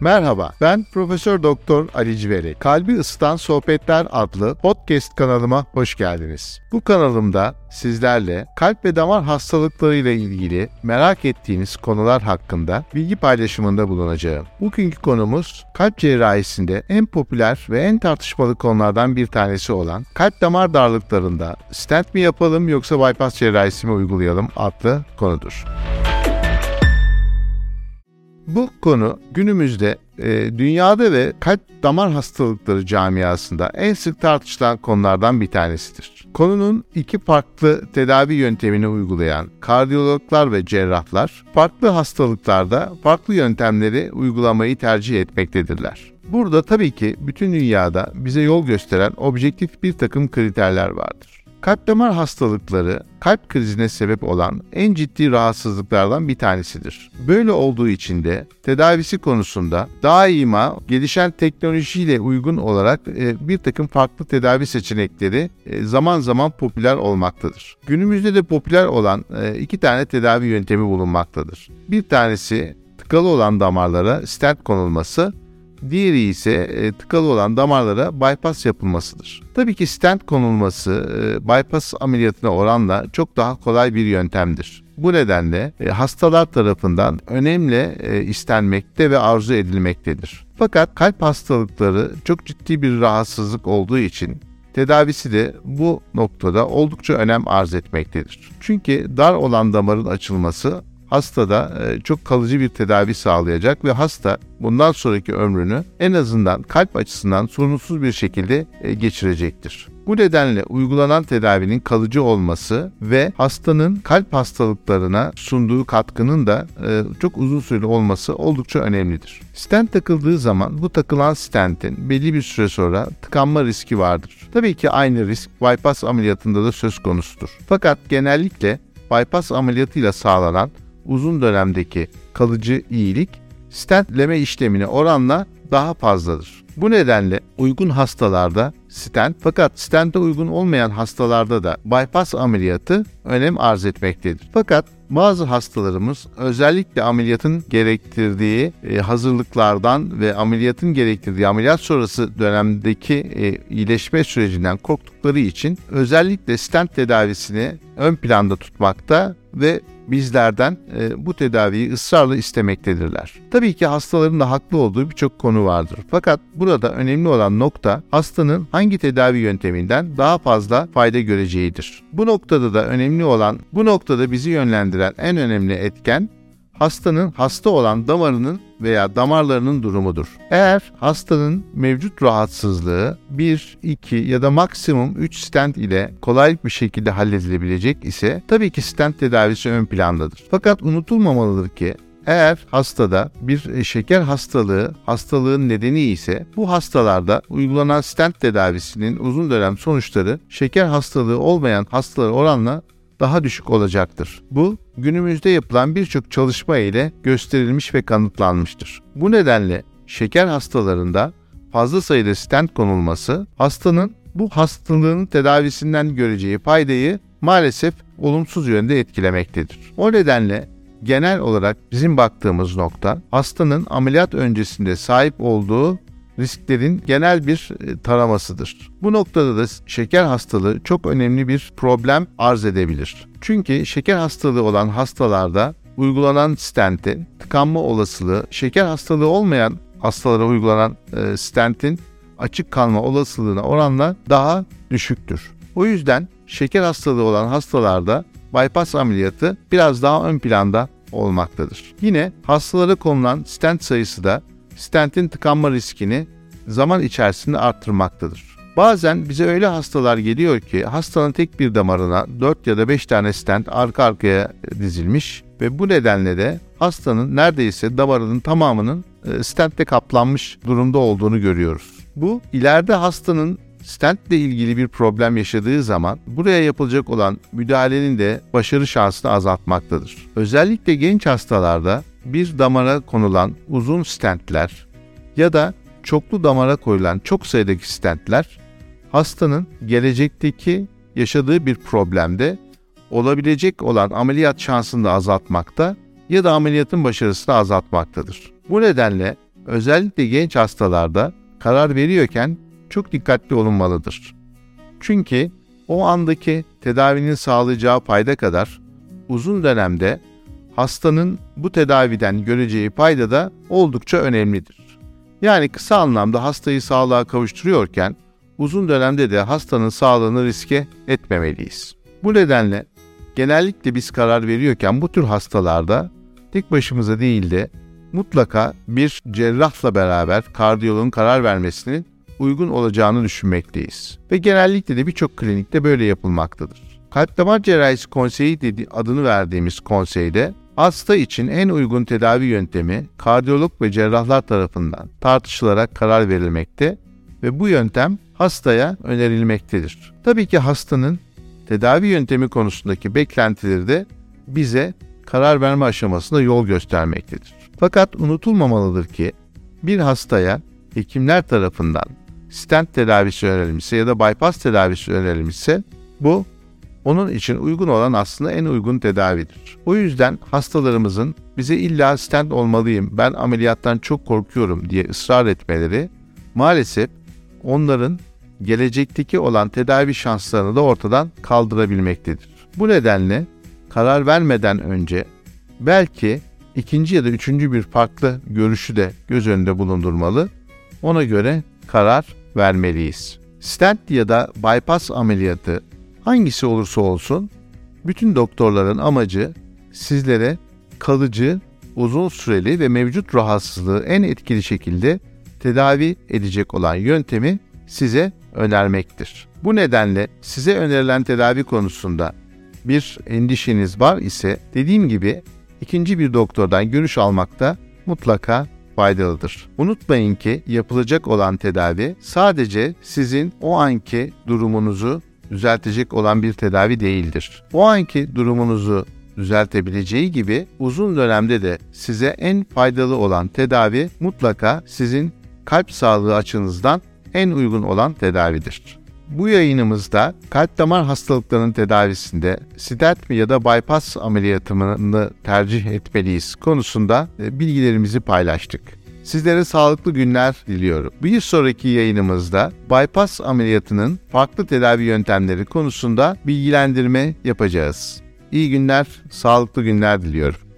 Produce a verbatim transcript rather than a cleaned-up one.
Merhaba, ben Profesör Doktor Ali Civeri. Kalbi Isıtan Sohbetler adlı podcast kanalıma hoş geldiniz. Bu kanalımda sizlerle kalp ve damar hastalıkları ile ilgili merak ettiğiniz konular hakkında bilgi paylaşımında bulunacağım. Bugünkü konumuz kalp cerrahisinde en popüler ve en tartışmalı konulardan bir tanesi olan kalp damar darlıklarında stent mi yapalım yoksa bypass cerrahisi mi uygulayalım adlı konudur. Bu konu günümüzde e, dünyada ve kalp damar hastalıkları camiasında en sık tartışılan konulardan bir tanesidir. Konunun iki farklı tedavi yöntemini uygulayan kardiyologlar ve cerrahlar farklı hastalıklarda farklı yöntemleri uygulamayı tercih etmektedirler. Burada tabii ki bütün dünyada bize yol gösteren objektif bir takım kriterler vardır. Kalp damar hastalıkları, kalp krizine sebep olan en ciddi rahatsızlıklardan bir tanesidir. Böyle olduğu için de tedavisi konusunda daima gelişen teknolojiyle uygun olarak bir takım farklı tedavi seçenekleri zaman zaman popüler olmaktadır. Günümüzde de popüler olan iki tane tedavi yöntemi bulunmaktadır. Bir tanesi tıkalı olan damarlara stent konulması, diğeri ise e, tıkalı olan damarlara bypass yapılmasıdır. Tabii ki stent konulması e, bypass ameliyatına oranla çok daha kolay bir yöntemdir. Bu nedenle e, hastalar tarafından önemli e, istenmekte ve arzu edilmektedir. Fakat kalp hastalıkları çok ciddi bir rahatsızlık olduğu için tedavisi de bu noktada oldukça önem arz etmektedir. Çünkü dar olan damarın açılması hastada çok kalıcı bir tedavi sağlayacak ve hasta bundan sonraki ömrünü en azından kalp açısından sorunsuz bir şekilde geçirecektir. Bu nedenle uygulanan tedavinin kalıcı olması ve hastanın kalp hastalıklarına sunduğu katkının da çok uzun süreli olması oldukça önemlidir. Stent takıldığı zaman bu takılan stentin belli bir süre sonra tıkanma riski vardır. Tabii ki aynı risk bypass ameliyatında da söz konusudur. Fakat genellikle bypass ameliyatıyla sağlanan uzun dönemdeki kalıcı iyilik stentleme işlemine oranla daha fazladır. Bu nedenle uygun hastalarda stent, fakat stente uygun olmayan hastalarda da bypass ameliyatı önem arz etmektedir. Fakat bazı hastalarımız özellikle ameliyatın gerektirdiği e, hazırlıklardan ve ameliyatın gerektirdiği ameliyat sonrası dönemdeki e, iyileşme sürecinden korktukları için özellikle stent tedavisini ön planda tutmakta ve bizlerden e, bu tedaviyi ısrarla istemektedirler. Tabii ki hastaların da haklı olduğu birçok konu vardır. Fakat burada önemli olan nokta hastanın hangi tedavi yönteminden daha fazla fayda göreceğidir. Bu noktada da önemli olan, bu noktada bizi yönlendiren en önemli etken hastanın hasta olan damarının veya damarlarının durumudur. Eğer hastanın mevcut rahatsızlığı bir, iki ya da maksimum üç stent ile kolaylık bir şekilde halledilebilecek ise tabii ki stent tedavisi ön plandadır. Fakat unutulmamalıdır ki eğer hastada bir şeker hastalığı, hastalığın nedeni ise bu hastalarda uygulanan stent tedavisinin uzun dönem sonuçları şeker hastalığı olmayan hastalara oranla daha düşük olacaktır. Bu günümüzde yapılan birçok çalışma ile gösterilmiş ve kanıtlanmıştır. Bu nedenle şeker hastalarında fazla sayıda stent konulması hastanın bu hastalığın tedavisinden göreceği faydayı maalesef olumsuz yönde etkilemektedir. O nedenle genel olarak bizim baktığımız nokta hastanın ameliyat öncesinde sahip olduğu risklerin genel bir taramasıdır. Bu noktada da şeker hastalığı çok önemli bir problem arz edebilir. Çünkü şeker hastalığı olan hastalarda uygulanan stentin tıkanma olasılığı, şeker hastalığı olmayan hastalara uygulanan stentin açık kalma olasılığına oranla daha düşüktür. O yüzden şeker hastalığı olan hastalarda bypass ameliyatı biraz daha ön planda olmaktadır. Yine hastalara konulan stent sayısı da stentin tıkanma riskini zaman içerisinde arttırmaktadır. Bazen bize öyle hastalar geliyor ki hastanın tek bir damarına dört ya da beş tane stent arka arkaya dizilmiş ve bu nedenle de hastanın neredeyse damarının tamamının stentle kaplanmış durumda olduğunu görüyoruz. Bu ileride hastanın stentle ilgili bir problem yaşadığı zaman buraya yapılacak olan müdahalenin de başarı şansını azaltmaktadır. Özellikle genç hastalarda bir damara konulan uzun stentler ya da çoklu damara koyulan çok sayıdaki stentler hastanın gelecekteki yaşadığı bir problemde olabilecek olan ameliyat şansını da azaltmakta ya da ameliyatın başarısını azaltmaktadır. Bu nedenle özellikle genç hastalarda karar veriyorken çok dikkatli olunmalıdır. Çünkü o andaki tedavinin sağlayacağı fayda kadar uzun dönemde hastanın bu tedaviden göreceği fayda da oldukça önemlidir. Yani kısa anlamda hastayı sağlığa kavuşturuyorken uzun dönemde de hastanın sağlığını riske etmemeliyiz. Bu nedenle genellikle biz karar veriyorken bu tür hastalarda tek başımıza değil de mutlaka bir cerrahla beraber kardiyoloğun karar vermesinin uygun olacağını düşünmekteyiz. Ve genellikle de birçok klinikte böyle yapılmaktadır. Kalp damar cerrahisi konseyi dedi, adını verdiğimiz konseyde hasta için en uygun tedavi yöntemi kardiyolog ve cerrahlar tarafından tartışılarak karar verilmekte ve bu yöntem hastaya önerilmektedir. Tabii ki hastanın tedavi yöntemi konusundaki beklentileri de bize karar verme aşamasında yol göstermektedir. Fakat unutulmamalıdır ki bir hastaya hekimler tarafından stent tedavisi önerilmişse ya da bypass tedavisi önerilmişse bu onun için uygun olan aslında en uygun tedavidir. O yüzden hastalarımızın bize illa stent olmalıyım, ben ameliyattan çok korkuyorum diye ısrar etmeleri maalesef onların gelecekteki olan tedavi şanslarını da ortadan kaldırabilmektedir. Bu nedenle karar vermeden önce belki ikinci ya da üçüncü bir farklı görüşü de göz önünde bulundurmalı, ona göre karar vermeliyiz. Stent ya da bypass ameliyatı hangisi olursa olsun bütün doktorların amacı sizlere kalıcı, uzun süreli ve mevcut rahatsızlığı en etkili şekilde tedavi edecek olan yöntemi size önermektir. Bu nedenle size önerilen tedavi konusunda bir endişeniz var ise dediğim gibi ikinci bir doktordan görüş almakta mutlaka faydalıdır. Unutmayın ki yapılacak olan tedavi sadece sizin o anki durumunuzu düzeltecek olan bir tedavi değildir. O anki durumunuzu düzeltebileceği gibi uzun dönemde de size en faydalı olan tedavi mutlaka sizin kalp sağlığı açınızdan en uygun olan tedavidir. Bu yayınımızda kalp damar hastalıklarının tedavisinde stent mi ya da bypass ameliyatını tercih etmeliyiz konusunda bilgilerimizi paylaştık. Sizlere sağlıklı günler diliyorum. Bir sonraki yayınımızda bypass ameliyatının farklı tedavi yöntemleri konusunda bilgilendirme yapacağız. İyi günler, sağlıklı günler diliyorum.